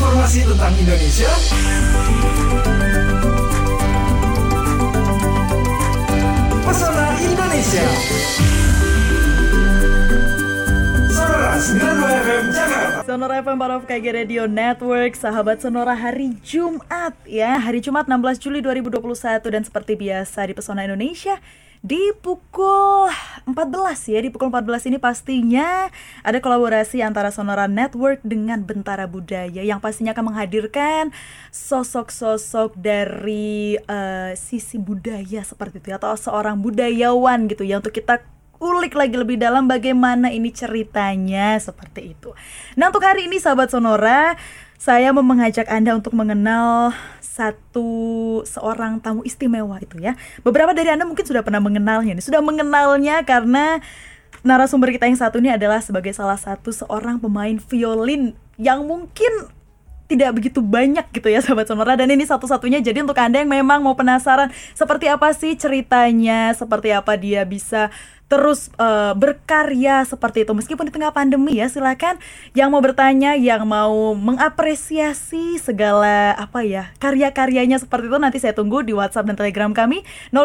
informasi tentang Indonesia, Pesona Indonesia. Sonora 92 FM Jakarta. Sonora FM part of KG Radio Network, sahabat Sonora hari Jumat ya. Hari Jumat 16 Juli 2021 dan seperti biasa di Pesona Indonesia di pukul 14 ya. Di pukul 14 ini pastinya ada kolaborasi antara Sonora Network dengan Bentara Budaya yang pastinya akan menghadirkan sosok-sosok dari sisi budaya seperti itu atau seorang budayawan gitu ya, untuk kita ulik lagi lebih dalam bagaimana ini ceritanya seperti itu. Nah, untuk hari ini sahabat Sonora, saya mau mengajak Anda untuk mengenal seorang tamu istimewa itu ya. Beberapa dari Anda mungkin sudah pernah mengenalnya nih, sudah mengenalnya karena narasumber kita yang satu ini adalah sebagai salah satu seorang pemain violin yang mungkin tidak begitu banyak gitu ya sahabat Sonora, dan ini satu-satunya. Jadi untuk Anda yang memang mau penasaran seperti apa sih ceritanya, seperti apa dia bisa terus berkarya seperti itu meskipun di tengah pandemi ya, silakan yang mau bertanya, yang mau mengapresiasi segala karya-karyanya seperti itu, nanti saya tunggu di WhatsApp dan Telegram kami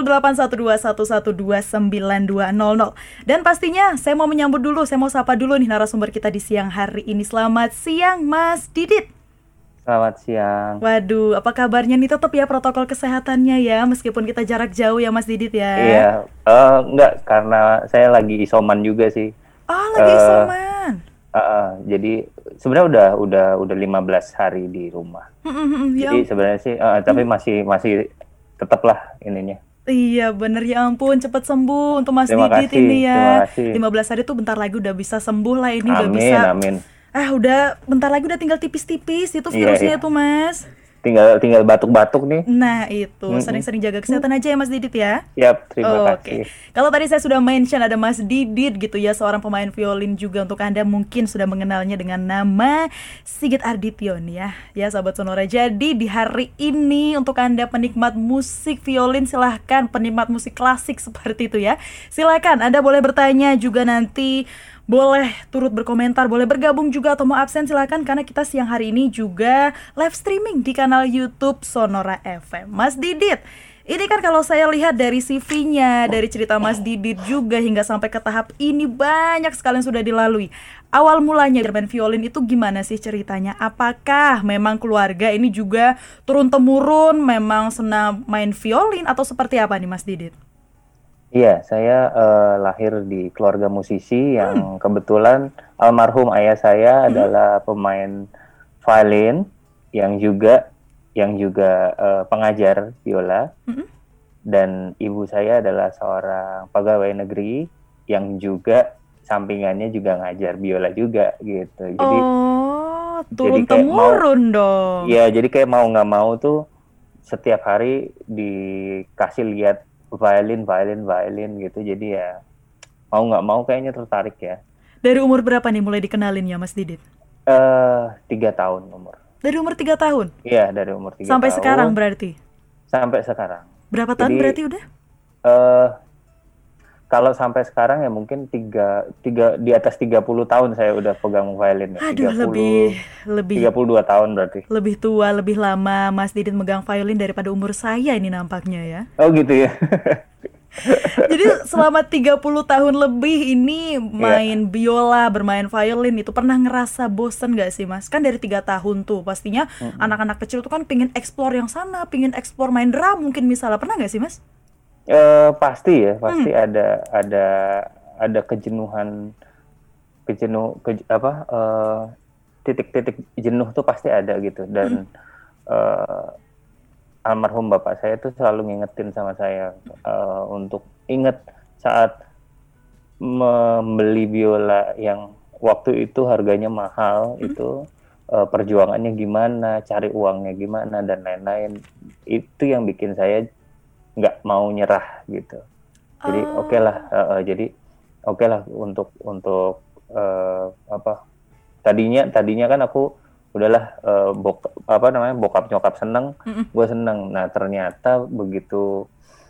081211292000. Dan pastinya saya mau sapa dulu nih narasumber kita di siang hari ini. Selamat siang Mas Didit. Selamat siang. Waduh, apa kabarnya nih? Tetap ya protokol kesehatannya ya, meskipun kita jarak jauh ya Mas Didit ya. Iya, enggak, karena saya lagi isoman juga sih. Oh, lagi isoman. Jadi sebenarnya udah 15 hari di rumah. Jadi sebenarnya sih, tapi masih tetaplah ininya. Iya bener, ya ampun, cepat sembuh untuk Mas Terima Didit kasih, ini ya. terima kasih. 15 hari tuh bentar lagi udah bisa sembuh lah ini. Amin, udah bisa. amin. Udah bentar lagi udah tinggal tipis-tipis itu virusnya Iya. itu Mas. Tinggal batuk-batuk nih. Nah itu, sering-sering jaga kesehatan aja ya Mas Didit ya. Siap, terima kasih. Kalau tadi saya sudah mention ada Mas Didit gitu ya, seorang pemain violin juga. Untuk Anda mungkin sudah mengenalnya dengan nama Sigit Ardityo nih ya. Ya sahabat Sonora, jadi di hari ini untuk Anda penikmat musik violin, silahkan, penikmat musik klasik seperti itu ya, silahkan Anda boleh bertanya juga, nanti boleh turut berkomentar, boleh bergabung juga atau mau absen silakan, karena kita siang hari ini juga live streaming di kanal YouTube Sonora FM. Mas Didit, ini kan kalau saya lihat dari CV-nya, dari cerita Mas Didit juga hingga sampai ke tahap ini banyak sekali yang sudah dilalui. Awal mulanya bermain violin itu gimana sih ceritanya? Apakah memang keluarga ini juga turun-temurun memang senang main violin atau seperti apa nih Mas Didit? Iya, saya lahir di keluarga musisi yang kebetulan almarhum ayah saya adalah pemain violin yang juga pengajar biola, dan ibu saya adalah seorang pegawai negeri yang juga sampingannya juga ngajar biola juga gitu. Jadi turun-temurun dong. Iya, jadi kayak mau nggak mau tuh setiap hari dikasih lihat violin gitu, jadi ya mau nggak mau kayaknya tertarik ya. Dari umur berapa nih mulai dikenalin ya Mas Didit? 3 tahun umur. Dari umur 3 tahun? Iya, dari umur 3 tahun. Sampai sekarang berarti? Sampai sekarang. Berapa tahun berarti udah? Kalau sampai sekarang ya mungkin 3 di atas 30 tahun saya udah pegang violin ya. Aduh, 32 tahun berarti. Lebih tua, lebih lama Mas Didit megang violin daripada umur saya ini nampaknya ya. Oh gitu ya. Jadi selama 30 tahun lebih ini main biola, bermain violin itu, pernah ngerasa bosen gak sih Mas? Kan dari 3 tahun tuh pastinya anak-anak kecil tuh kan pingin explore yang sana, pingin explore main drum mungkin misalnya. Pernah gak sih Mas? Pasti ada kejenuhan, titik-titik jenuh tuh pasti ada gitu. Dan almarhum bapak saya tuh selalu ngingetin sama saya untuk inget saat membeli biola yang waktu itu harganya mahal, itu perjuangannya gimana, cari uangnya gimana dan lain-lain. Itu yang bikin saya nggak mau nyerah gitu. Jadi oke lah untuk tadinya kan aku udahlah bokap nyokap seneng, gue seneng. Nah ternyata begitu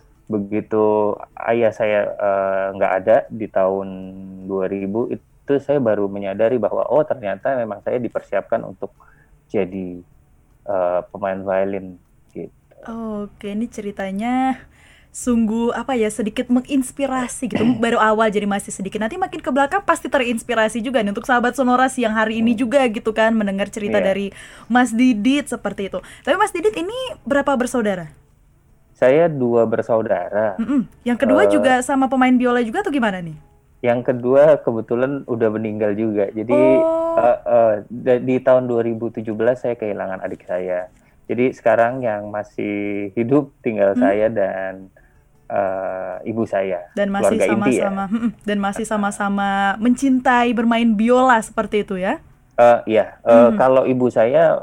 ayah saya nggak ada di tahun 2000 itu, saya baru menyadari bahwa ternyata memang saya dipersiapkan untuk jadi pemain violin gitu. Oke, ini ceritanya sungguh sedikit menginspirasi gitu. Baru awal jadi masih sedikit. Nanti makin ke belakang pasti terinspirasi juga nih untuk sahabat Sonora siang hari ini juga gitu kan, mendengar cerita dari Mas Didit seperti itu. Tapi Mas Didit ini berapa bersaudara? Saya 2 bersaudara. Yang kedua juga sama pemain biola juga atau gimana nih? Yang kedua kebetulan udah meninggal juga. Jadi di tahun 2017 saya kehilangan adik saya. Jadi sekarang yang masih hidup tinggal saya dan ibu saya. Dan masih sama-sama dan masih sama-sama mencintai bermain biola seperti itu ya? Kalau ibu saya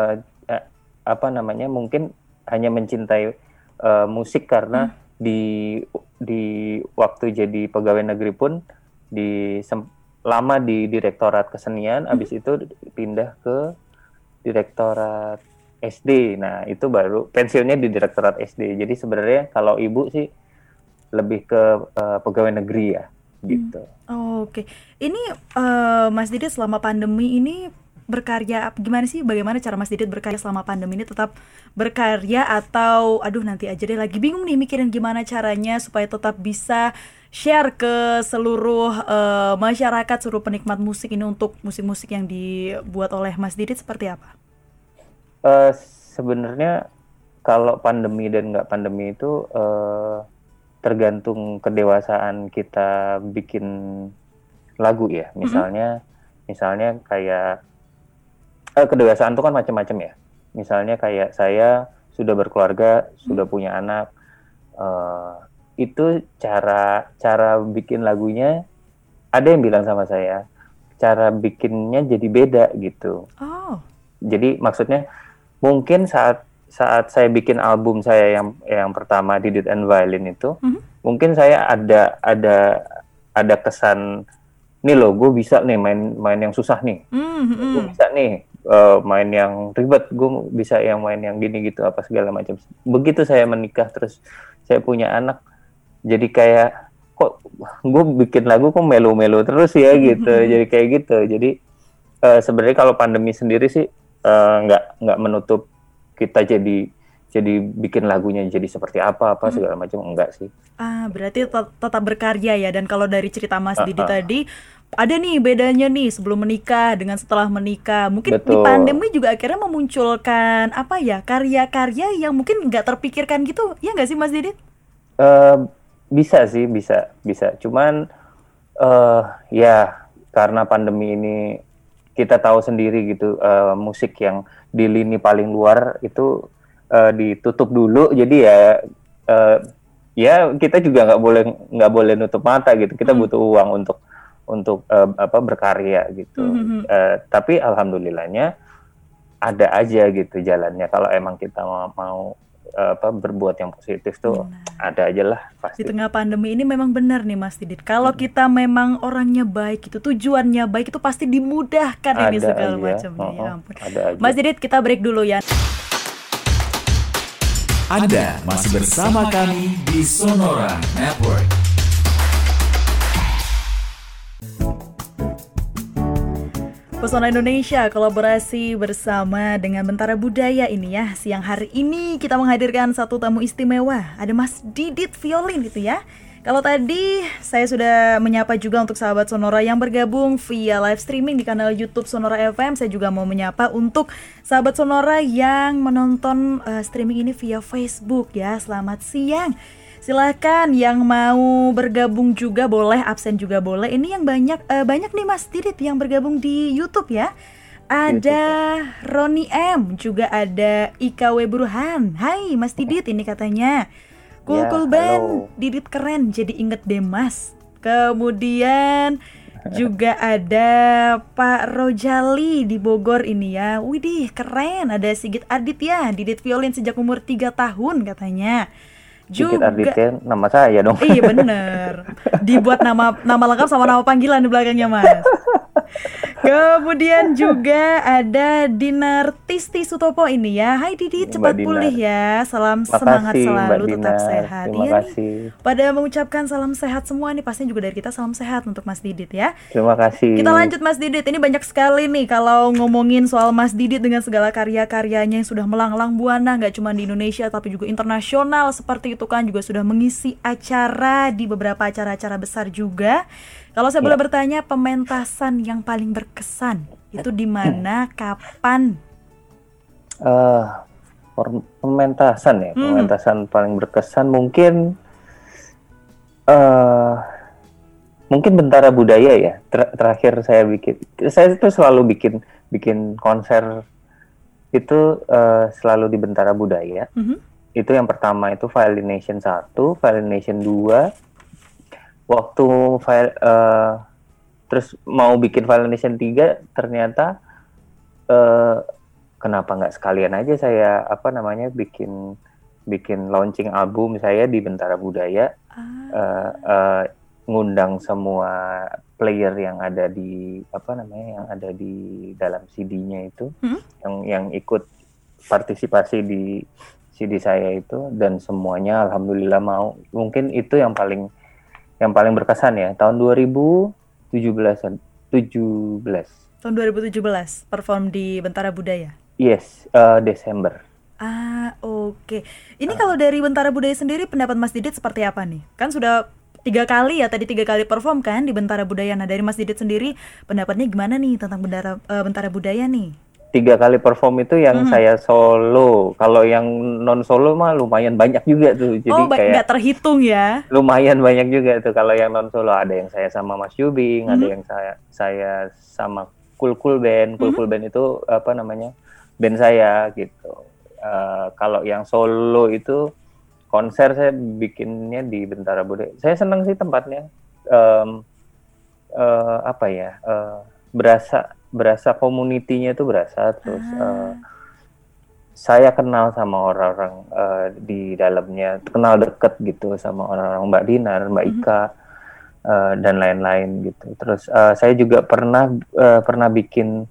mungkin hanya mencintai musik karena di waktu jadi pegawai negeri pun lama di Direktorat Kesenian, habis itu pindah ke Direktorat SD. Nah, itu baru pensiunnya di Direktorat SD. Jadi sebenarnya kalau ibu sih lebih ke pegawai negeri ya, gitu. Oke. Ini Mas Didit selama pandemi ini berkarya gimana sih? Bagaimana cara Mas Didit berkarya selama pandemi ini, tetap berkarya atau nanti aja deh, lagi bingung nih mikirin gimana caranya supaya tetap bisa share ke seluruh masyarakat, seluruh penikmat musik ini untuk musik-musik yang dibuat oleh Mas Didit seperti apa? Sebenarnya kalau pandemi dan nggak pandemi itu tergantung kedewasaan kita bikin lagu ya. Misalnya kayak kedewasaan itu kan macam-macam ya. Misalnya kayak saya sudah berkeluarga, sudah punya anak, itu cara bikin lagunya, ada yang bilang sama saya, cara bikinnya jadi beda gitu. Jadi maksudnya mungkin saat saya bikin album saya yang pertama Didit and Violin itu, mungkin saya ada kesan, nih loh, gue bisa nih main yang susah nih, gue bisa nih main yang ribet, gue bisa yang main yang gini gitu, apa segala macam. Begitu saya menikah terus saya punya anak, jadi kayak kok gue bikin lagu kok melo-melo terus ya gitu. Jadi kayak gitu. Jadi sebenarnya kalau pandemi sendiri sih nggak menutup kita jadi bikin lagunya jadi seperti apa segala macam, enggak sih. Berarti tetap berkarya ya. Dan kalau dari cerita Mas Didi tadi, ada nih bedanya nih sebelum menikah dengan setelah menikah. Mungkin di pandemi juga akhirnya memunculkan karya-karya yang mungkin nggak terpikirkan gitu, ya nggak sih Mas Didi? Bisa sih, bisa. Cuman ya karena pandemi ini kita tahu sendiri gitu, musik yang di lini paling luar itu ditutup dulu. Jadi ya kita juga nggak boleh nutup mata gitu. Kita butuh uang untuk berkarya gitu. Tapi alhamdulillahnya ada aja gitu jalannya. Kalau emang kita mau berbuat yang positif tuh ada aja lah pasti. Di tengah pandemi ini memang benar nih Mas Didit, kalau kita memang orangnya baik, itu tujuannya baik, itu pasti dimudahkan ini segala macamnya. Ya ampun. Mas Didit, kita break dulu ya. Anda masih bersama kami di Sonora Network. Pesona Indonesia kolaborasi bersama dengan Bentara Budaya ini ya. Siang hari ini kita menghadirkan satu tamu istimewa. Ada Mas Didit Violin gitu ya. Kalau tadi saya sudah menyapa juga untuk sahabat Sonora yang bergabung via live streaming di kanal YouTube Sonora FM. Saya juga mau menyapa untuk sahabat Sonora yang menonton streaming ini via Facebook ya. Selamat siang. Silakan yang mau bergabung juga boleh, absen juga boleh. Ini yang banyak nih Mas Didit yang bergabung di YouTube ya. Ada Roni M, juga ada IKW Burhan. Hai Mas Didit, ini katanya Cool band, Didit keren, jadi inget deh Mas. Kemudian juga ada Pak Rojali di Bogor ini ya. Widih keren, ada Sigit Aditya, Didit Violin sejak umur 3 tahun katanya. Sigit Aditya nama saya dong. Iya bener. Dibuat nama lengkap sama nama panggilan di belakangnya Mas. Kemudian juga ada Dinar Tisti Sutopo ini ya. Hai Didit, Mbak cepat Dinar. pulih ya. Salam Terima semangat kasih, selalu, Mbak tetap Dinar. sehat. Terima Iya nih, kasih. pada mengucapkan salam sehat semua nih, pastinya juga dari kita salam sehat untuk Mas Didit ya. Terima kasih. Kita lanjut Mas Didit, ini banyak sekali nih kalau ngomongin soal Mas Didit dengan segala karya-karyanya yang sudah melanglang buana, nggak cuma di Indonesia tapi juga internasional seperti itu kan, juga sudah mengisi acara di beberapa acara-acara besar juga. Kalau saya boleh bertanya, pementasan yang paling berkesan itu di mana, kapan? Pementasan ya, pementasan paling berkesan mungkin mungkin Bentara Budaya ya. Terakhir saya itu selalu bikin konser itu selalu di Bentara Budaya. Itu yang pertama itu Violination 1, Violination 2. Waktu terus mau bikin Violination 3 ternyata kenapa nggak sekalian aja saya bikin launching album saya di Bentara Budaya, ngundang semua player yang ada di dalam CD-nya itu, yang ikut partisipasi di CD saya itu, dan semuanya alhamdulillah mau. Mungkin itu yang paling berkesan ya, tahun 2017. Tahun 2017 perform di Bentara Budaya. Yes, Desember. Oke. Ini kalau dari Bentara Budaya sendiri, pendapat Mas Didit seperti apa nih? Kan sudah 3 kali perform kan di Bentara Budaya. Nah, dari Mas Didit sendiri, pendapatnya gimana nih tentang Bentara Budaya nih? 3 kali perform itu yang saya solo. Kalau yang non solo mah lumayan banyak juga tuh. Jadi nggak terhitung ya? Lumayan banyak juga tuh. Kalau yang non solo ada yang saya sama Mas Yubing, ada yang saya sama Cool Band. Cool Band itu band saya gitu. Kalau yang solo itu konser saya bikinnya di Bentara Budaya. Saya senang sih tempatnya. Berasa community-nya itu berasa, terus saya kenal sama orang-orang di dalamnya, kenal deket gitu sama orang-orang, Mbak Dinar, Mbak Ika, dan lain-lain gitu. Terus saya juga pernah bikin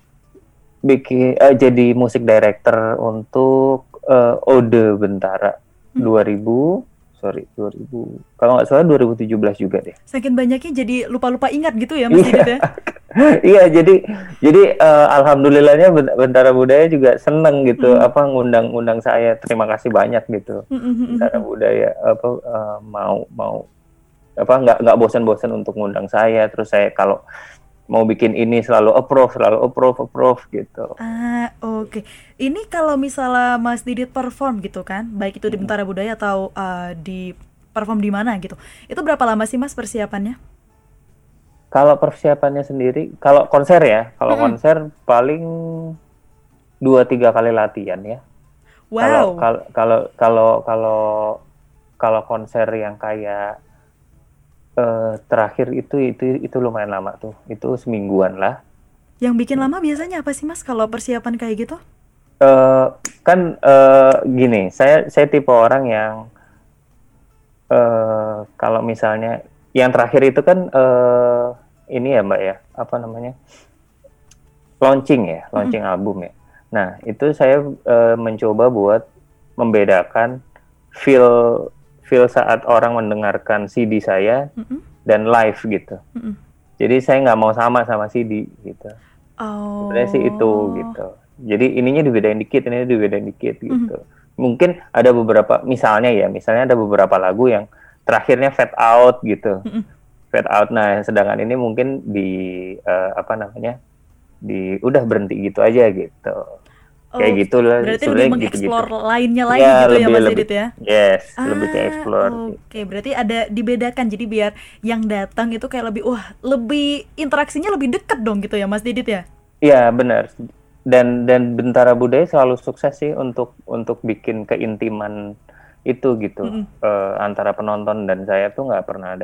jadi musik director untuk Ode Bentara 2000 kalau nggak salah 2017 juga deh. Saking banyaknya jadi lupa-lupa ingat gitu ya Mas Didit ya? Iya, jadi alhamdulillahnya Bentara Budaya juga seneng gitu, ngundang saya. Terima kasih banyak gitu. Bentara Budaya mau nggak bosan-bosan untuk ngundang saya. Terus saya kalau mau bikin ini selalu approve gitu. Oke. Ini kalau misalnya Mas Didit perform gitu kan, baik itu di Bentara Budaya atau di perform di mana gitu, itu berapa lama sih Mas persiapannya? Kalau persiapannya sendiri, kalau konser ya, konser paling 2-3 kali latihan ya. Wow. Kalau konser yang kayak terakhir itu lumayan lama tuh, itu semingguan lah. Yang bikin lama biasanya apa sih Mas kalau persiapan kayak gitu? Gini, saya tipe orang yang kalau misalnya yang terakhir itu kan ini ya Mbak ya, launching album ya. Nah itu saya mencoba buat membedakan feel saat orang mendengarkan CD saya dan live gitu. Jadi saya nggak mau sama CD gitu. Sebenarnya sih itu gitu. Jadi ininya dibedain dikit, ini dibedain dikit gitu. Mungkin ada misalnya ada beberapa lagu yang terakhirnya fade out gitu. Fade out. Nah, sedangkan ini mungkin udah berhenti gitu aja gitu. Kayak gitu lah. Berarti lebih mengeksplor lainnya lagi ya, gitu ya Mas Didit ya? Yes, lebih ke explore. Oke, berarti ada dibedakan, jadi biar yang datang itu kayak lebih interaksinya lebih dekat dong gitu ya Mas Didit ya? Iya, benar. Dan Bentara Budaya selalu sukses sih untuk bikin keintiman itu gitu, antara penonton dan saya tuh nggak pernah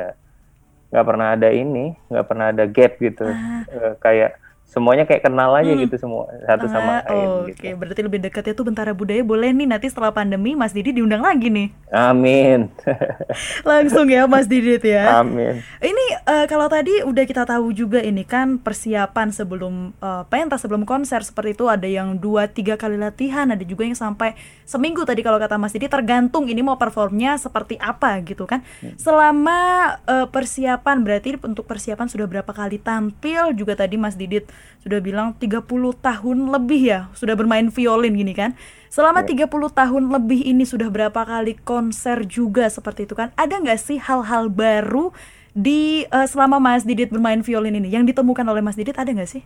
ada gap gitu. Kayak semuanya kayak kenal aja gitu, semua satu sama lain. Oke, berarti lebih dekatnya tuh Bentara Budaya. Boleh nih nanti setelah pandemi Mas Didit diundang lagi nih. Amin. Langsung ya Mas Didit ya. Amin. Ini Kalau tadi udah kita tahu juga ini kan persiapan sebelum pentas, sebelum konser seperti itu, ada yang 2-3 kali latihan, ada juga yang sampai seminggu tadi kalau kata Mas Didi, tergantung ini mau performnya seperti apa gitu kan. Selama persiapan, berarti untuk persiapan sudah berapa kali tampil, juga tadi Mas Didit sudah bilang 30 tahun lebih ya sudah bermain violin gini kan. Selama 30 tahun lebih ini sudah berapa kali konser juga seperti itu kan. Ada nggak sih hal-hal baru di selama Mas Didit bermain violin ini yang ditemukan oleh Mas Didit, ada nggak sih?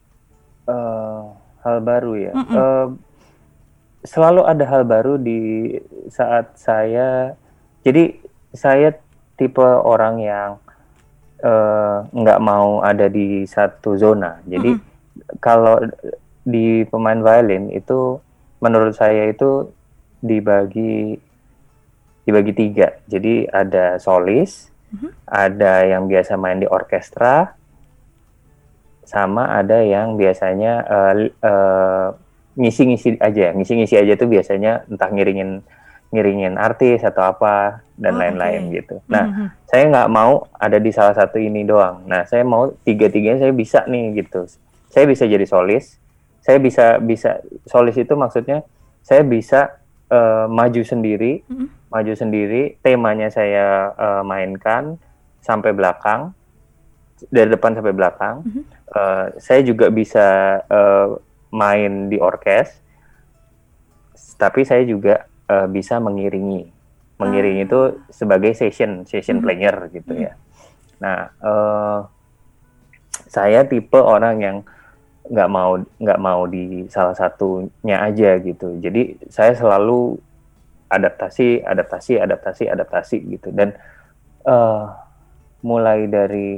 Hal baru ya. Selalu ada hal baru di saat saya. Jadi saya tipe orang yang nggak mau ada di satu zona. Jadi kalau di pemain violin itu menurut saya itu dibagi 3. Jadi ada solis, ada yang biasa main di orkestra, sama ada yang biasanya ngisi-ngisi aja tuh biasanya entah ngiringin artis atau apa dan lain-lain gitu. Nah, saya nggak mau ada di salah satu ini doang. Nah, saya mau tiga-tiganya saya bisa nih gitu. Saya bisa jadi solis, saya bisa solis itu maksudnya saya bisa maju sendiri, temanya saya mainkan sampai belakang, dari depan sampai belakang. Saya juga bisa main di orkes, tapi saya juga bisa mengiringi itu sebagai session player gitu ya. Nah, saya tipe orang yang nggak mau di salah satunya aja gitu. Jadi saya selalu adaptasi gitu. Dan mulai dari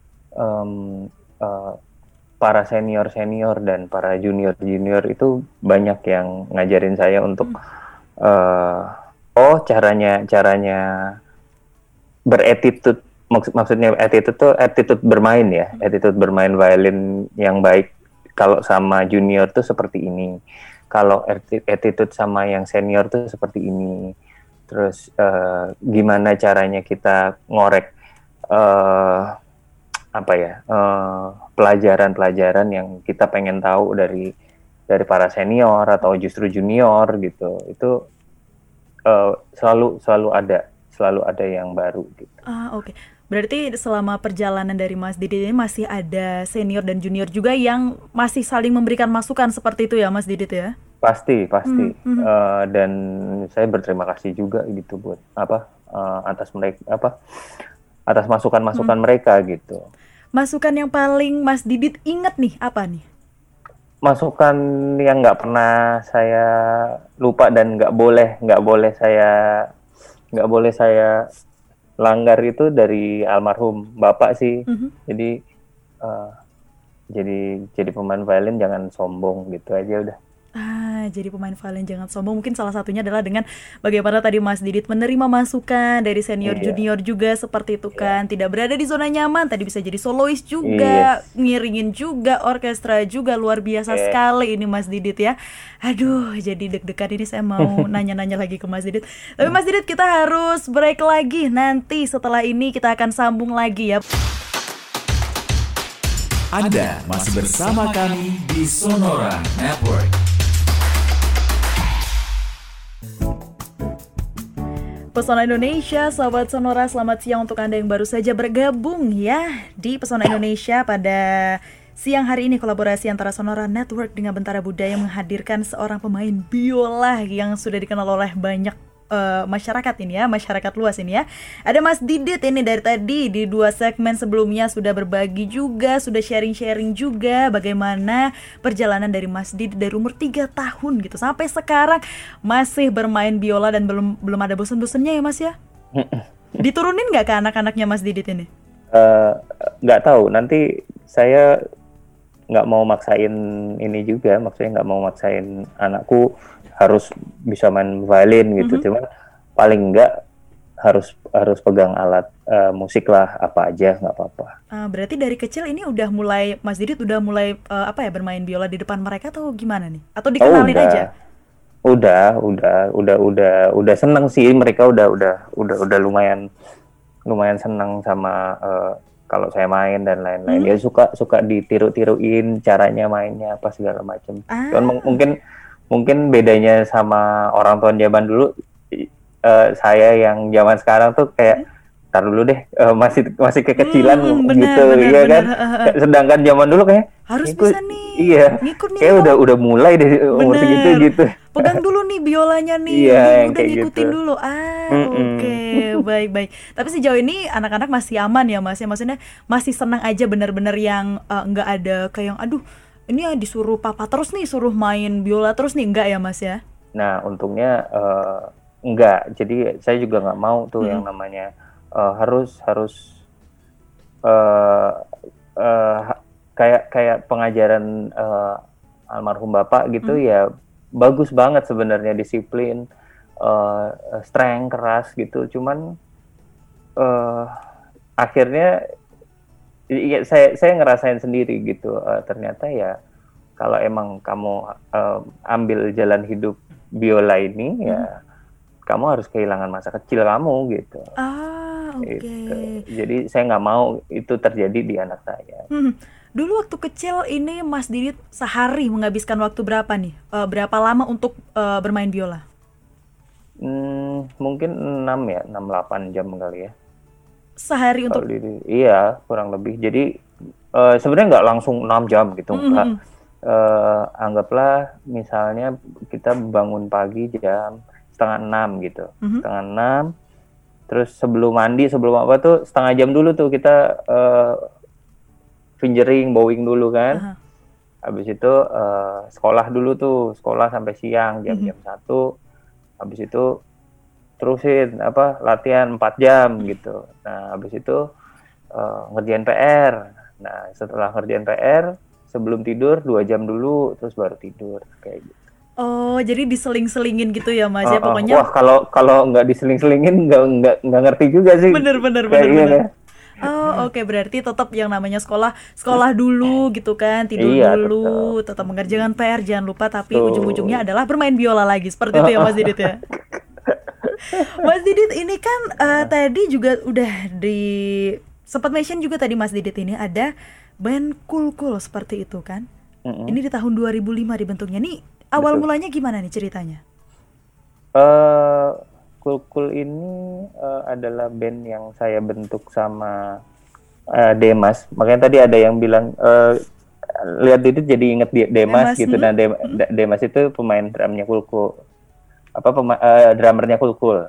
para senior dan para junior itu banyak yang ngajarin saya untuk caranya beretitude. Maksudnya attitude tuh attitude bermain ya, attitude bermain violin yang baik. Kalau sama junior tuh seperti ini, kalau attitude sama yang senior tuh seperti ini. Terus gimana caranya kita ngorek pelajaran-pelajaran yang kita pengen tahu dari para senior atau justru junior gitu. Itu selalu ada yang baru gitu. Oke. Berarti selama perjalanan dari Mas Didit ini masih ada senior dan junior juga yang masih saling memberikan masukan seperti itu ya Mas Didit ya? Pasti. Dan saya berterima kasih juga gitu buat atas masukan-masukan mereka gitu. Masukan yang paling Mas Didit ingat nih apa nih? Masukan yang nggak pernah saya lupa dan nggak boleh saya langgar itu dari almarhum Bapak sih. Jadi jadi pemain violin jangan sombong gitu aja udah. Jadi pemain violin jangan sombong. Mungkin salah satunya adalah dengan bagaimana tadi Mas Didit menerima masukan dari senior junior juga seperti itu kan. Tidak berada di zona nyaman, tadi bisa jadi solois juga, ngiringin juga, orkestra juga. Luar biasa sekali ini Mas Didit ya. Aduh, jadi deg-degan ini saya mau nanya-nanya lagi ke Mas Didit. Tapi Mas Didit, kita harus break lagi. Nanti setelah ini kita akan sambung lagi ya. Anda masih bersama kami di Sonora Network. Pesona Indonesia, sahabat Sonora, selamat siang untuk Anda yang baru saja bergabung ya di Pesona Indonesia pada siang hari ini. Kolaborasi antara Sonora Network dengan Bentara Budaya menghadirkan seorang pemain biola yang sudah dikenal oleh banyak masyarakat ini ya, masyarakat luas ini ya. Ada Mas Didit ini dari tadi di 2 segmen sebelumnya sudah berbagi juga, sudah sharing-sharing juga bagaimana perjalanan dari Mas Didit dari umur 3 tahun gitu sampai sekarang masih bermain biola dan belum ada bosan-bosannya ya Mas ya. Diturunin nggak ke anak-anaknya Mas Didit ini? Nggak tahu, nanti saya nggak mau maksain ini juga, maksudnya nggak mau maksain anakku harus bisa main violin gitu, cuman paling enggak harus pegang alat musik lah, apa aja nggak apa-apa. Berarti dari kecil ini udah mulai Mas Didit udah mulai bermain biola di depan mereka atau gimana nih? Atau dikenalin aja? Udah seneng sih mereka, udah lumayan seneng sama kalau saya main dan lain-lain. Dia suka ditiru-tiruin caranya mainnya apa segala macam. Cuman mungkin bedanya sama orang tua zaman dulu, saya yang zaman sekarang tuh kayak tar dulu deh, masih kekecilan gitu, iya kan. Sedangkan zaman dulu kayak harus bisa nih. Iya. Ngikut nih. Kayak udah mulai deh umur segitu gitu. Pegang dulu nih biolanya nih. Iya, udah ngikutin gitu. dulu. Oke, baik. Tapi sejauh ini anak-anak masih aman ya Mas ya. Maksudnya masih senang aja benar-benar yang nggak ada kayak yang aduh ini ya disuruh papa terus nih, suruh main biola terus nih, enggak ya Mas ya? Nah, untungnya enggak. Jadi saya juga nggak mau tuh yang namanya harus kayak pengajaran almarhum bapak gitu ya, bagus banget sebenarnya, disiplin, strength, keras gitu. Cuman akhirnya ya saya ngerasain sendiri gitu, ternyata ya kalau emang kamu ambil jalan hidup biola ini ya kamu harus kehilangan masa kecil kamu gitu. Oke. Gitu. Jadi saya nggak mau itu terjadi di anak saya. Dulu waktu kecil ini Mas Didit sehari menghabiskan waktu berapa nih? Berapa lama untuk bermain biola? Mungkin 6-8 jam kali ya. Sehari untuk? Iya, kurang lebih. Jadi sebenarnya nggak langsung 6 jam gitu. Anggaplah misalnya kita bangun pagi jam 5:30 gitu. 5:30. Terus sebelum mandi, sebelum apa tuh setengah jam dulu tuh kita fingering, bowing dulu kan. Habis itu sekolah dulu tuh, sekolah sampai siang jam 1. Habis itu terusin latihan 4 jam gitu. Nah, habis itu ngerjain PR. Nah, setelah ngerjain PR, sebelum tidur 2 jam dulu, terus baru tidur kayak gitu. Oh, jadi diseling-selingin gitu ya Mas ya pokoknya. Wah, kalau nggak diseling-selingin nggak ngerti juga sih. Bener. Oke, berarti tetap yang namanya sekolah dulu gitu kan, tidur dulu, tetap mengerjakan PR jangan lupa, tapi ujung-ujungnya adalah bermain biola lagi, seperti itu ya Mas Didit ya. Mas Didit ini kan tadi juga udah sempat mention juga tadi Mas Didit ini ada band Cool seperti itu kan. Ini di tahun 2005 dibentuknya. Nih awal mulanya gimana nih ceritanya? Cool ini adalah band yang saya bentuk sama Demas. Makanya tadi ada yang bilang lihat Didit jadi inget Demas gitu. Nah, Demas itu pemain drumnya Cool. Drummernya Cool.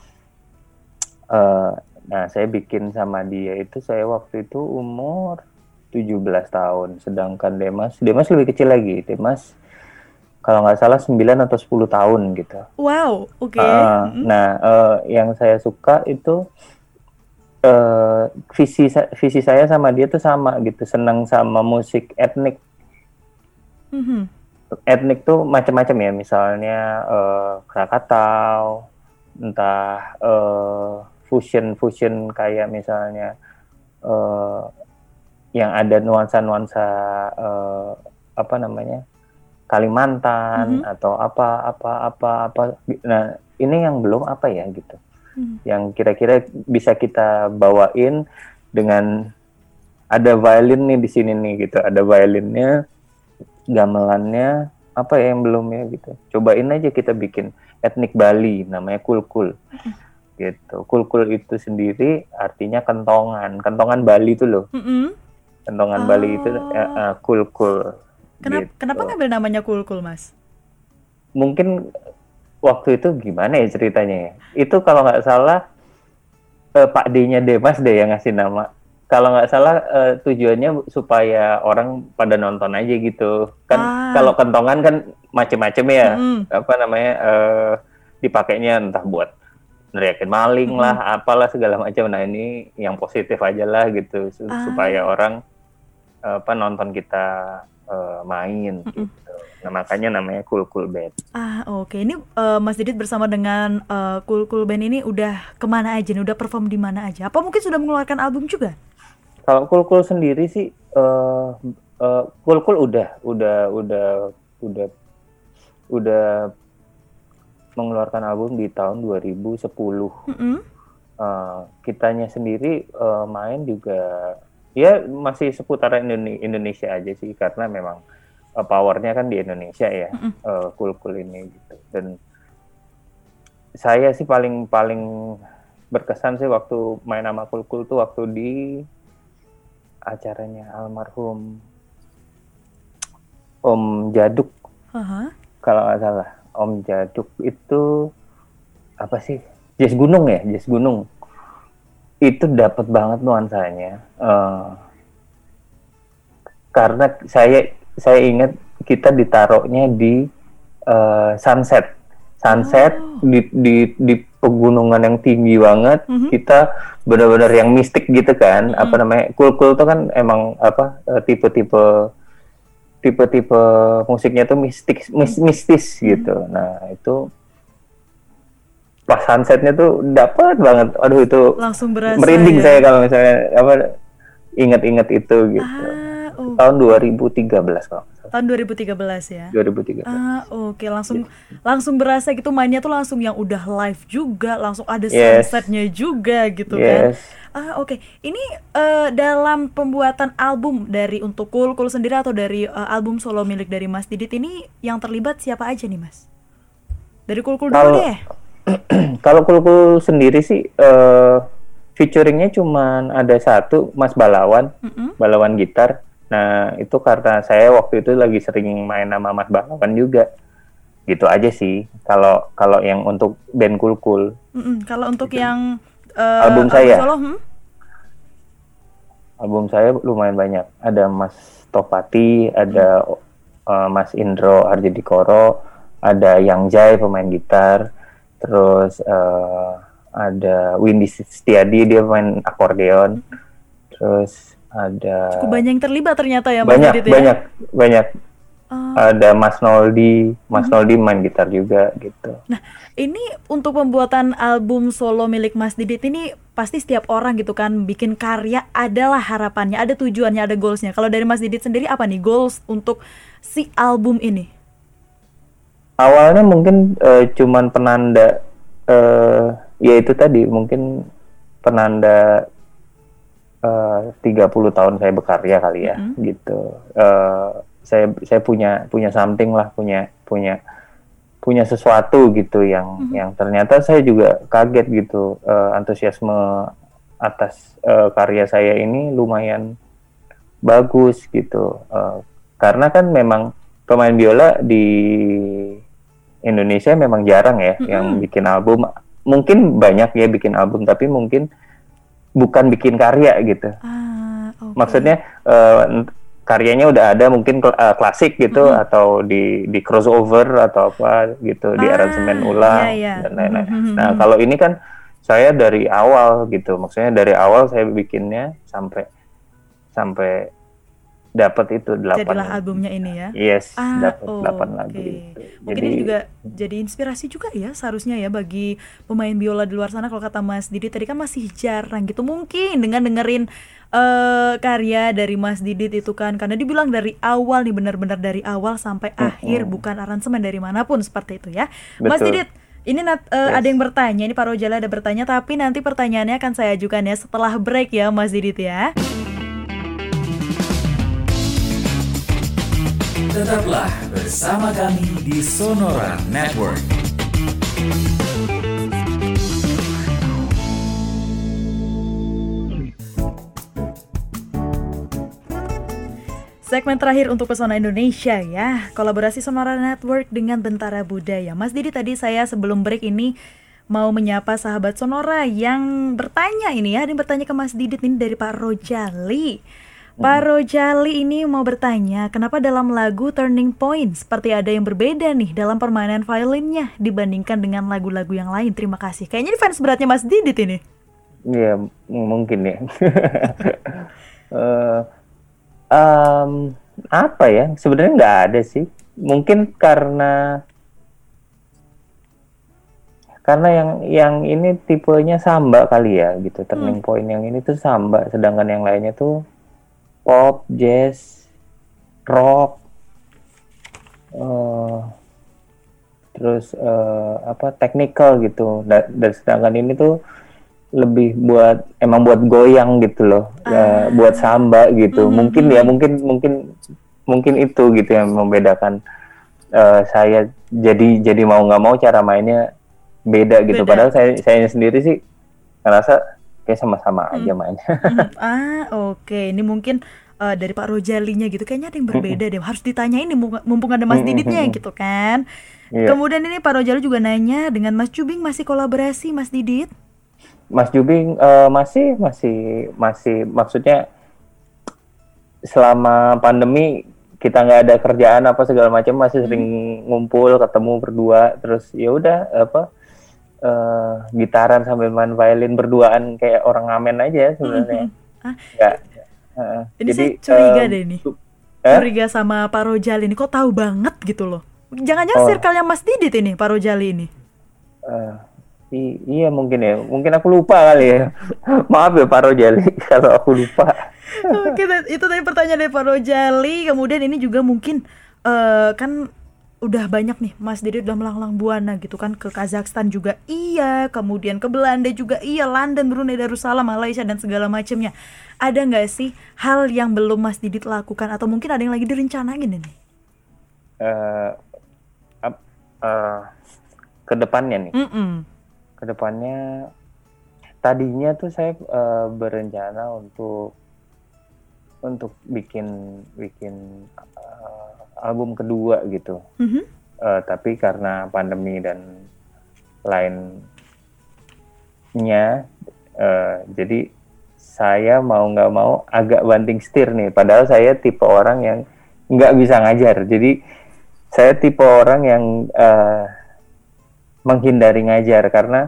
Nah, saya bikin sama dia itu saya waktu itu umur 17 tahun. Sedangkan Demas lebih kecil lagi. Demas kalau nggak salah 9 atau 10 tahun gitu. Wow, oke. Nah, yang saya suka itu visi saya sama dia tuh sama gitu, senang sama musik etnik. Etnik tuh macam-macam ya, misalnya Krakatau, entah fusion kayak misalnya yang ada nuansa-nuansa Kalimantan atau apa. Nah, ini yang belum apa ya gitu. Yang kira-kira bisa kita bawain dengan ada violin nih di sini nih gitu. Ada violinnya, gamelannya, apa ya yang belum ya gitu. Cobain aja kita bikin etnik Bali namanya Cool. Gitu. Cool itu sendiri artinya kentongan. Kentongan Bali itu loh. Kentongan Bali itu Cool. Kenapa ngambil namanya Cool, Mas? Mungkin waktu itu gimana ya ceritanya ya? Itu kalau nggak salah Pak D-nya Demas deh yang ngasih nama. Kalau nggak salah tujuannya supaya orang pada nonton aja gitu. Kan kalau kentongan kan macem-macem ya. Dipakainya entah buat neriakin maling lah, apalah segala macam. Nah, ini yang positif aja lah gitu supaya orang nonton kita main gitu. Nah, makanya namanya Cool Band. Oke. Ini Mas Didit bersama dengan Cool Band ini udah kemana aja nih? Udah perform di mana aja? Apa mungkin sudah mengeluarkan album juga? Kalau Cool sendiri sih Cool udah mengeluarkan album di tahun 2010. Kitanya sendiri main juga Ya masih seputaran Indonesia aja sih, karena memang powernya kan di Indonesia ya, Cool ini gitu. Dan saya sih paling berkesan sih waktu main sama Cool tuh waktu di acaranya almarhum Om Jaduk, kalau nggak salah. Om Jaduk itu apa sih? Jazz Gunung ya, Jazz Gunung. Itu dapat banget nuansanya. Karena saya ingat kita ditaruhnya di sunset di pegunungan yang tinggi banget. Kita benar-benar yang mistik gitu kan. Apa namanya, Cool tuh kan emang apa tipe-tipe musiknya tuh mistis gitu. Nah itu pas sunsetnya tuh dapat banget. Aduh, itu langsung berasa merinding ya? saya kalau misalnya apa ingat-ingat itu gitu. Tahun 2013 kalau. Tahun 2013 ya? 2013. Oke. Langsung berasa gitu, mainnya tuh langsung yang udah live juga, langsung ada sunsetnya juga gitu kan? Oke. Ini dalam pembuatan album dari untuk Cool sendiri atau dari album solo milik dari Mas Didit ini yang terlibat siapa aja nih Mas? Dari Cool dulu deh. Kalau Cool sendiri sih featuringnya cuman ada satu, Mas Balawan, Balawan gitar. Nah itu karena saya waktu itu lagi sering main sama Mas Balawan juga, gitu aja sih. Kalau yang untuk band Cool. Kalau untuk gitu. Yang album saya, solo, album saya lumayan banyak. Ada Mas Topati, ada Mas Indro Harjadikoro, ada Yang Jai pemain gitar. Terus ada Windy Setiadi, dia main akordeon. Terus ada cukup banyak yang terlibat ternyata ya Mas Didit ya? Banyak. Ada Mas Noldi main gitar juga gitu. Nah ini untuk pembuatan album solo milik Mas Didit ini pasti setiap orang gitu kan bikin karya adalah harapannya, ada tujuannya, ada goalsnya. Kalau dari Mas Didit sendiri apa nih goals untuk si album ini? Awalnya mungkin cuman penanda, ya itu tadi mungkin penanda 30 tahun saya berkarya kali ya, gitu. Saya punya something lah, punya sesuatu gitu yang ternyata saya juga kaget gitu, antusiasme atas karya saya ini lumayan bagus gitu, karena kan memang pemain biola di Indonesia memang jarang ya yang bikin album. Mungkin banyak ya bikin album, tapi mungkin bukan bikin karya gitu. Okay. Maksudnya karyanya udah ada mungkin klasik gitu, atau di crossover atau apa gitu, di aransemen ulang dan lain-lain. Nah kalau ini kan saya dari awal gitu, maksudnya dari awal saya bikinnya sampai dapat itu 8. Jadilah albumnya ini ya. Yes, dapat 8 lagu itu. Mungkin ini juga jadi inspirasi juga ya seharusnya ya bagi pemain biola di luar sana. Kalau kata Mas Didit tadi kan masih jarang gitu mungkin dengan dengerin karya dari Mas Didit itu kan, karena dibilang dari awal nih, benar-benar dari awal sampai akhir, bukan aransemen dari manapun, seperti itu ya. Betul. Mas Didit, ini ada yang bertanya, ini Pak Rojala ada bertanya, tapi nanti pertanyaannya akan saya ajukan ya setelah break ya Mas Didit ya. Tetaplah bersama kami di Sonora Network. Segmen terakhir untuk Pesona Indonesia ya, kolaborasi Sonora Network dengan Bentara Budaya. Mas Didi, tadi saya sebelum break ini mau menyapa sahabat Sonora yang bertanya ini ya, ada yang bertanya ke Mas Didit ini dari Pak Rojali. Pak Rojali ini mau bertanya, kenapa dalam lagu Turning Point seperti ada yang berbeda nih dalam permainan violinnya dibandingkan dengan lagu-lagu yang lain? Terima kasih. Kayaknya ini fans beratnya Mas Didit ini. Iya, mungkin ya. Apa ya? Sebenarnya nggak ada sih. Mungkin karena yang ini tipenya samba kali ya, gitu. Turning Point yang ini tuh samba, sedangkan yang lainnya tuh pop, jazz, rock, terus technical gitu. Dan sedangkan ini tuh lebih buat goyang gitu loh, buat samba gitu. Mungkin ya mungkin itu gitu yang membedakan saya jadi mau nggak mau cara mainnya beda gitu. Padahal saya sendiri sih ngerasa kayak sama-sama aja mainnya. Oke. Ini mungkin dari Pak Rojalinya gitu kayaknya ada yang berbeda deh. Harus ditanyain nih mumpung ada Mas Diditnya gitu kan. Kemudian ini Pak Rojali juga nanya, dengan Mas Jubing masih kolaborasi Mas Didit? Mas Jubing masih maksudnya selama pandemi kita nggak ada kerjaan apa segala macam masih sering ngumpul ketemu berdua, terus ya udah gitaran sambil main violin berduaan kayak orang ngamen aja sebenarnya. Ini jadi, saya curiga deh nih. Curiga sama Pak Rojali ini, kok tahu banget gitu loh. Jangan-jangan circle-nya Mas Didit ini Pak Rojali ini. Iya mungkin aku lupa kali ya. Maaf ya Pak Rojali kalau aku lupa. Oke, itu tadi pertanyaan dari Pak Rojali. Kemudian ini juga mungkin kan udah banyak nih Mas Didit udah melanglang buana gitu kan, ke Kazakhstan juga iya, kemudian ke Belanda juga iya, London, Brunei Darussalam, Malaysia dan segala macamnya. Ada nggak sih hal yang belum Mas Didit lakukan atau mungkin ada yang lagi direncanain ini? Kedepannya nih. Kedepannya tadinya tuh saya berencana untuk bikin album kedua gitu. Tapi karena pandemi dan lainnya, jadi saya mau nggak mau agak banting setir nih. Padahal saya tipe orang yang nggak bisa ngajar. Jadi saya tipe orang yang menghindari ngajar karena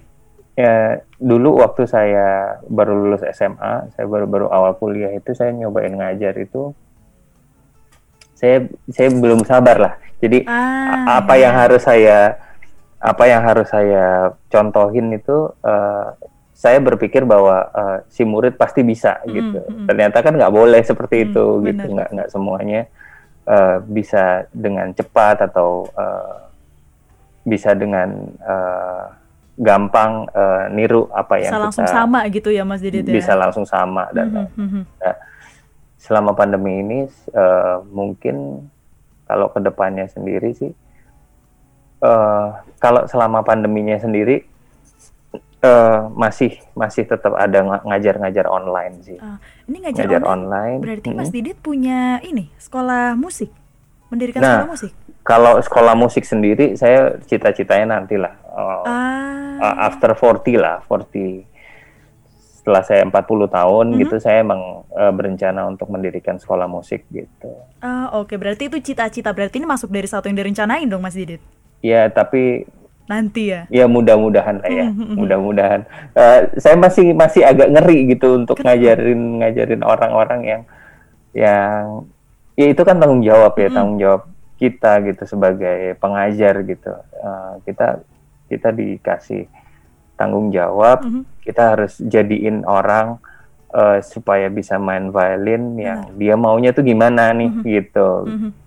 dulu waktu saya baru lulus SMA, saya baru awal kuliah itu saya nyobain ngajar itu. Saya belum sabar lah. Jadi apa yang harus saya contohin itu saya berpikir bahwa si murid pasti bisa gitu. Ternyata kan nggak boleh seperti itu gitu. Nggak semuanya bisa dengan cepat atau bisa dengan gampang niru apa yang bisa langsung sama gitu ya Mas Didit ya? Bisa langsung sama dan selama pandemi ini mungkin kalau kedepannya sendiri sih kalau selama pandeminya sendiri masih tetap ada ngajar online sih. Ini ngajar online. Berarti Mas Didit punya ini sekolah musik, mendirikan sekolah musik. Kalau sekolah musik sendiri saya cita-citanya nantilah after 40 lah, 40 setelah saya 40 tahun gitu saya emang berencana untuk mendirikan sekolah musik gitu. Oke, berarti itu cita-cita, berarti ini masuk dari satu yang direncanain dong Mas Didit? Ya, tapi nanti ya? Ya mudah-mudahan lah ya, mudah-mudahan. Saya masih agak ngeri gitu untuk ngajarin orang-orang yang ya itu kan tanggung jawab ya, tanggung jawab kita gitu sebagai pengajar gitu. Kita dikasih tanggung jawab, kita harus jadiin orang supaya bisa main violin yang dia maunya tuh gimana nih gitu.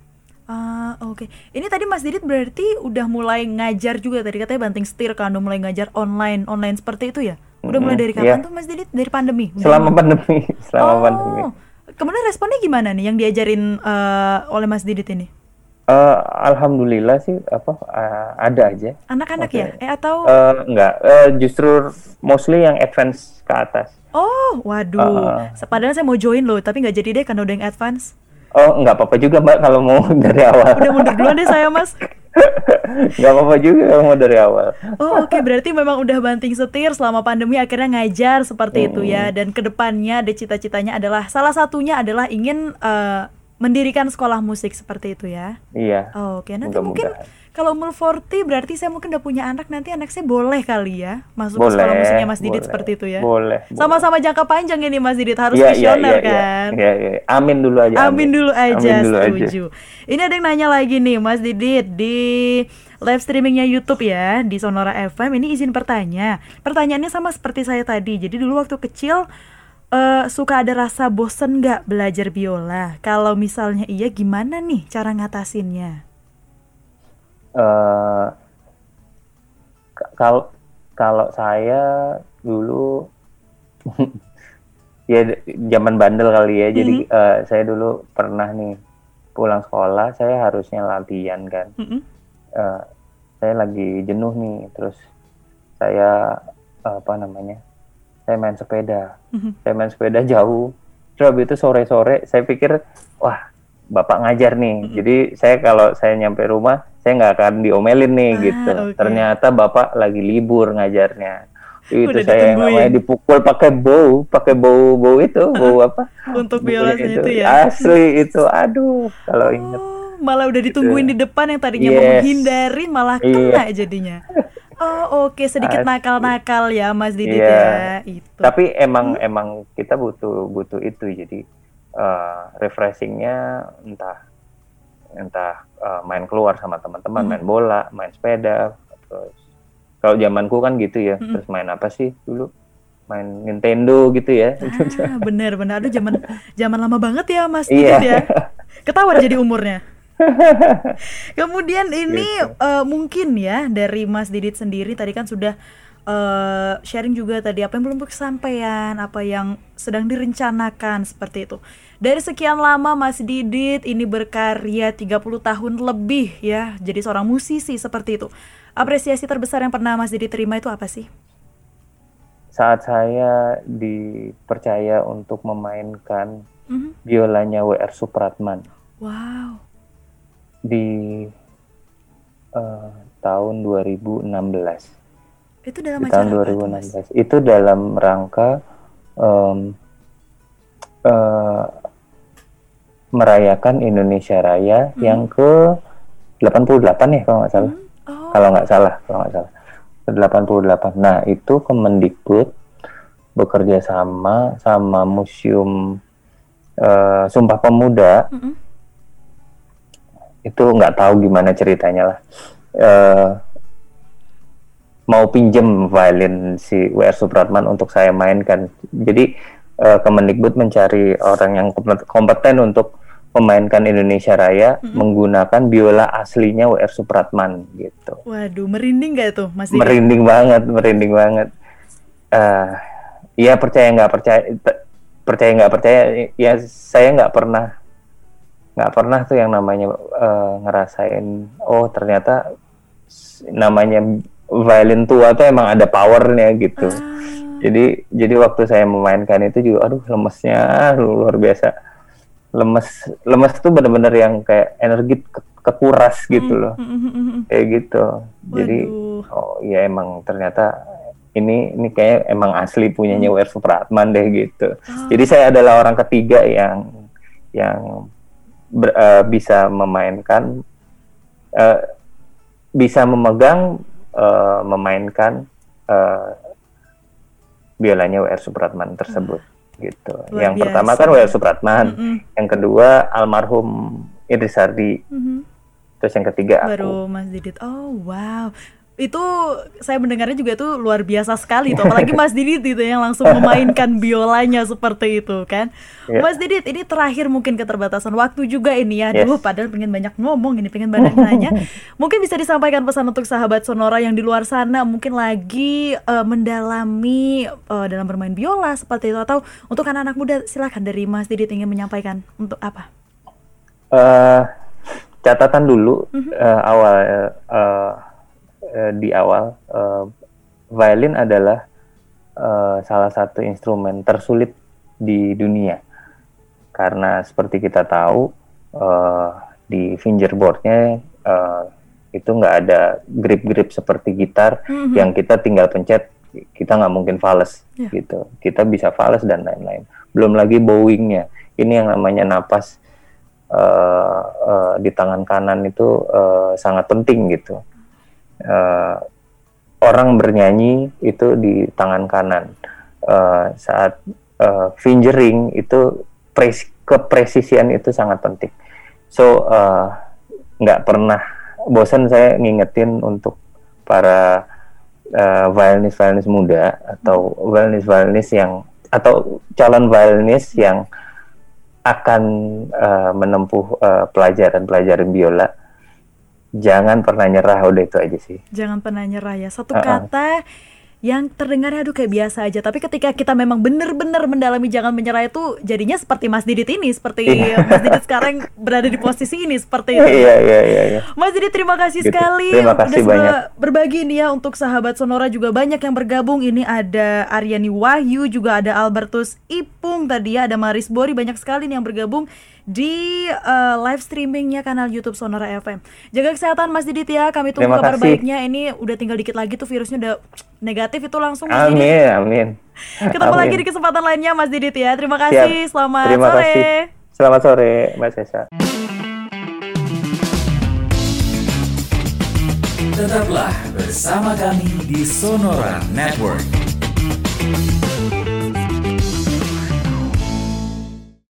Oke. Ini tadi Mas Didit berarti udah mulai ngajar juga, tadi katanya banting setir kan, udah mulai ngajar online seperti itu ya? Udah mulai dari kapan tuh Mas Didit? Dari pandemi? Selama pandemi. Kemudian responnya gimana nih yang diajarin oleh Mas Didit ini? Alhamdulillah sih ada aja. Anak-anak ya? Atau? Enggak, justru mostly yang advance ke atas. Oh, waduh. Padahal saya mau join loh, tapi nggak jadi deh karena udah yang advance. Oh, nggak apa-apa juga Mbak kalau mau dari awal. Udah mundur duluan deh saya Mas. Nggak apa-apa juga kalau mau dari awal. Oke, berarti memang udah banting setir selama pandemi akhirnya ngajar seperti itu ya. Dan kedepannya ada cita-citanya adalah, salah satunya adalah ingin mendirikan sekolah musik seperti itu ya. Iya. Oke, nanti mungkin kalau umur 40 berarti saya mungkin udah punya anak, nanti anak saya boleh kali ya masuk ke sekolah musiknya Mas Didit seperti itu ya. Boleh. Sama-sama jangka panjang ini Mas Didit, harus visioner kan. Iya. Amin dulu aja. Amin dulu aja, setuju. Ini ada yang nanya lagi nih Mas Didit di live streamingnya YouTube ya, di Sonora FM. Ini izin bertanya. Pertanyaannya sama seperti saya tadi. Jadi dulu waktu kecil suka ada rasa bosen nggak belajar biola? Kalau misalnya iya, gimana nih cara ngatasinnya? Kalau saya dulu ya zaman bandel kali ya. Jadi saya dulu pernah nih pulang sekolah, saya harusnya latihan kan. Saya lagi jenuh nih, terus saya saya main sepeda. Saya main sepeda jauh. Terus habis itu sore-sore saya pikir, wah bapak ngajar nih. Jadi kalau saya nyampe rumah, saya nggak akan diomelin nih gitu. Okay. Ternyata bapak lagi libur ngajarnya. Itu Udah saya yang namanya dipukul pakai bau itu, bau apa? Untuk biolanya itu ya. Asli itu, aduh kalau inget. Malah udah ditungguin di depan yang tadinya mau menghindari malah kena jadinya. Oh oke, sedikit nakal-nakal ya Mas Didit ya itu. Tapi emang kita butuh itu, jadi refreshingnya entah main keluar sama teman-teman, main bola, main sepeda. Terus kalau zamanku kan gitu ya, terus main apa sih dulu? Main Nintendo gitu ya. Bener. Aduh zaman lama banget ya Mas Didit ya. Ketahuan jadi umurnya. Kemudian ini mungkin ya dari Mas Didit sendiri tadi kan sudah sharing juga tadi apa yang belum kesampaian, apa yang sedang direncanakan seperti itu. Dari sekian lama Mas Didit ini berkarya 30 tahun lebih ya, jadi seorang musisi seperti itu. Apresiasi terbesar yang pernah Mas Didit terima itu apa sih? Saat saya dipercaya untuk memainkan biolanya W.R. Supratman. Wow. Di tahun 2016. Itu dalam di tahun 2016. Itu dalam rangka merayakan Indonesia Raya yang ke 88 ya kalau nggak salah. Kalau nggak salah. Ke 88. Nah, itu Kemendikbud bekerja sama Museum Sumpah Pemuda. Itu nggak tahu gimana ceritanya lah. Mau pinjem violin si W.R. Supratman untuk saya mainkan. Jadi Kemendikbud mencari orang yang kompeten untuk memainkan Indonesia Raya menggunakan biola aslinya W.R. Supratman gitu. Waduh, merinding nggak tuh Mas Didit? Merinding banget. Ya percaya nggak percaya, ya saya nggak pernah tuh yang namanya ngerasain, oh ternyata namanya violin tua tuh emang ada powernya gitu. Jadi waktu saya memainkan itu juga, aduh lemesnya luar biasa. Lemes tuh benar-benar yang kayak energi kekuras gitu loh. Kayak gitu. Jadi oh ya emang ternyata ini kayak emang asli punyanya W.R. Supratman deh gitu. Jadi saya adalah orang ketiga yang bisa memainkan, bisa memegang, memainkan biolanya W.R. Supratman tersebut gitu. Yang pertama kan W.R. Supratman, yang kedua almarhum Idris Sardi, terus yang ketiga aku. Baru Mas Didit. Oh wow. Itu saya mendengarnya juga tuh luar biasa sekali tuh, apalagi Mas Didit itu yang langsung memainkan biolanya seperti itu kan. Mas Didit, ini terakhir mungkin keterbatasan waktu juga ini ya. Aduh, padahal pengen banyak ngomong ini, pengen banyak nanya. Mungkin bisa disampaikan pesan untuk sahabat Sonora yang di luar sana mungkin lagi mendalami dalam bermain biola seperti itu, atau untuk anak-anak muda, silakan dari Mas Didit ingin menyampaikan untuk apa? Catatan dulu di awal, violin adalah salah satu instrumen tersulit di dunia, karena seperti kita tahu di fingerboardnya itu nggak ada grip-grip seperti gitar yang kita tinggal pencet, kita nggak mungkin fales gitu, kita bisa fales dan lain-lain. Belum lagi bowingnya, ini yang namanya napas di tangan kanan itu sangat penting gitu. Orang bernyanyi itu di tangan kanan, saat fingering itu kepresisian itu sangat penting. So nggak pernah bosan saya ngingetin untuk para violinis muda atau violinis yang, atau calon violinis yang akan menempuh pelajaran biola. Jangan pernah nyerah, udah itu aja sih. Jangan pernah nyerah ya. Satu kata yang terdengarnya aduh kayak biasa aja, tapi ketika kita memang benar-benar mendalami Jangan Menyerah itu jadinya seperti Mas Didit ini, seperti Mas Didit sekarang berada di posisi ini seperti itu. Iya. Mas Didit terima kasih Gitu. sekali Terima kasih banyak. berbagi nih ya untuk sahabat Sonora, juga banyak yang bergabung. Ini ada Aryani Wahyu, juga ada Albertus Ipung, tadi ya ada Maris Bori, banyak sekali nih yang bergabung di live streamingnya kanal YouTube Sonora FM. Jaga kesehatan Mas Didit ya, kami tunggu Terima kabar kasih. baiknya. Ini udah tinggal dikit lagi tuh virusnya udah negatif itu langsung Mas Didit. Amin. Ketemu lagi di kesempatan lainnya Mas Didit ya. Terima kasih. Siap. Selamat Terima sore. kasih. Selamat sore Mbak Sesa. Tetaplah bersama kami di Sonora Network.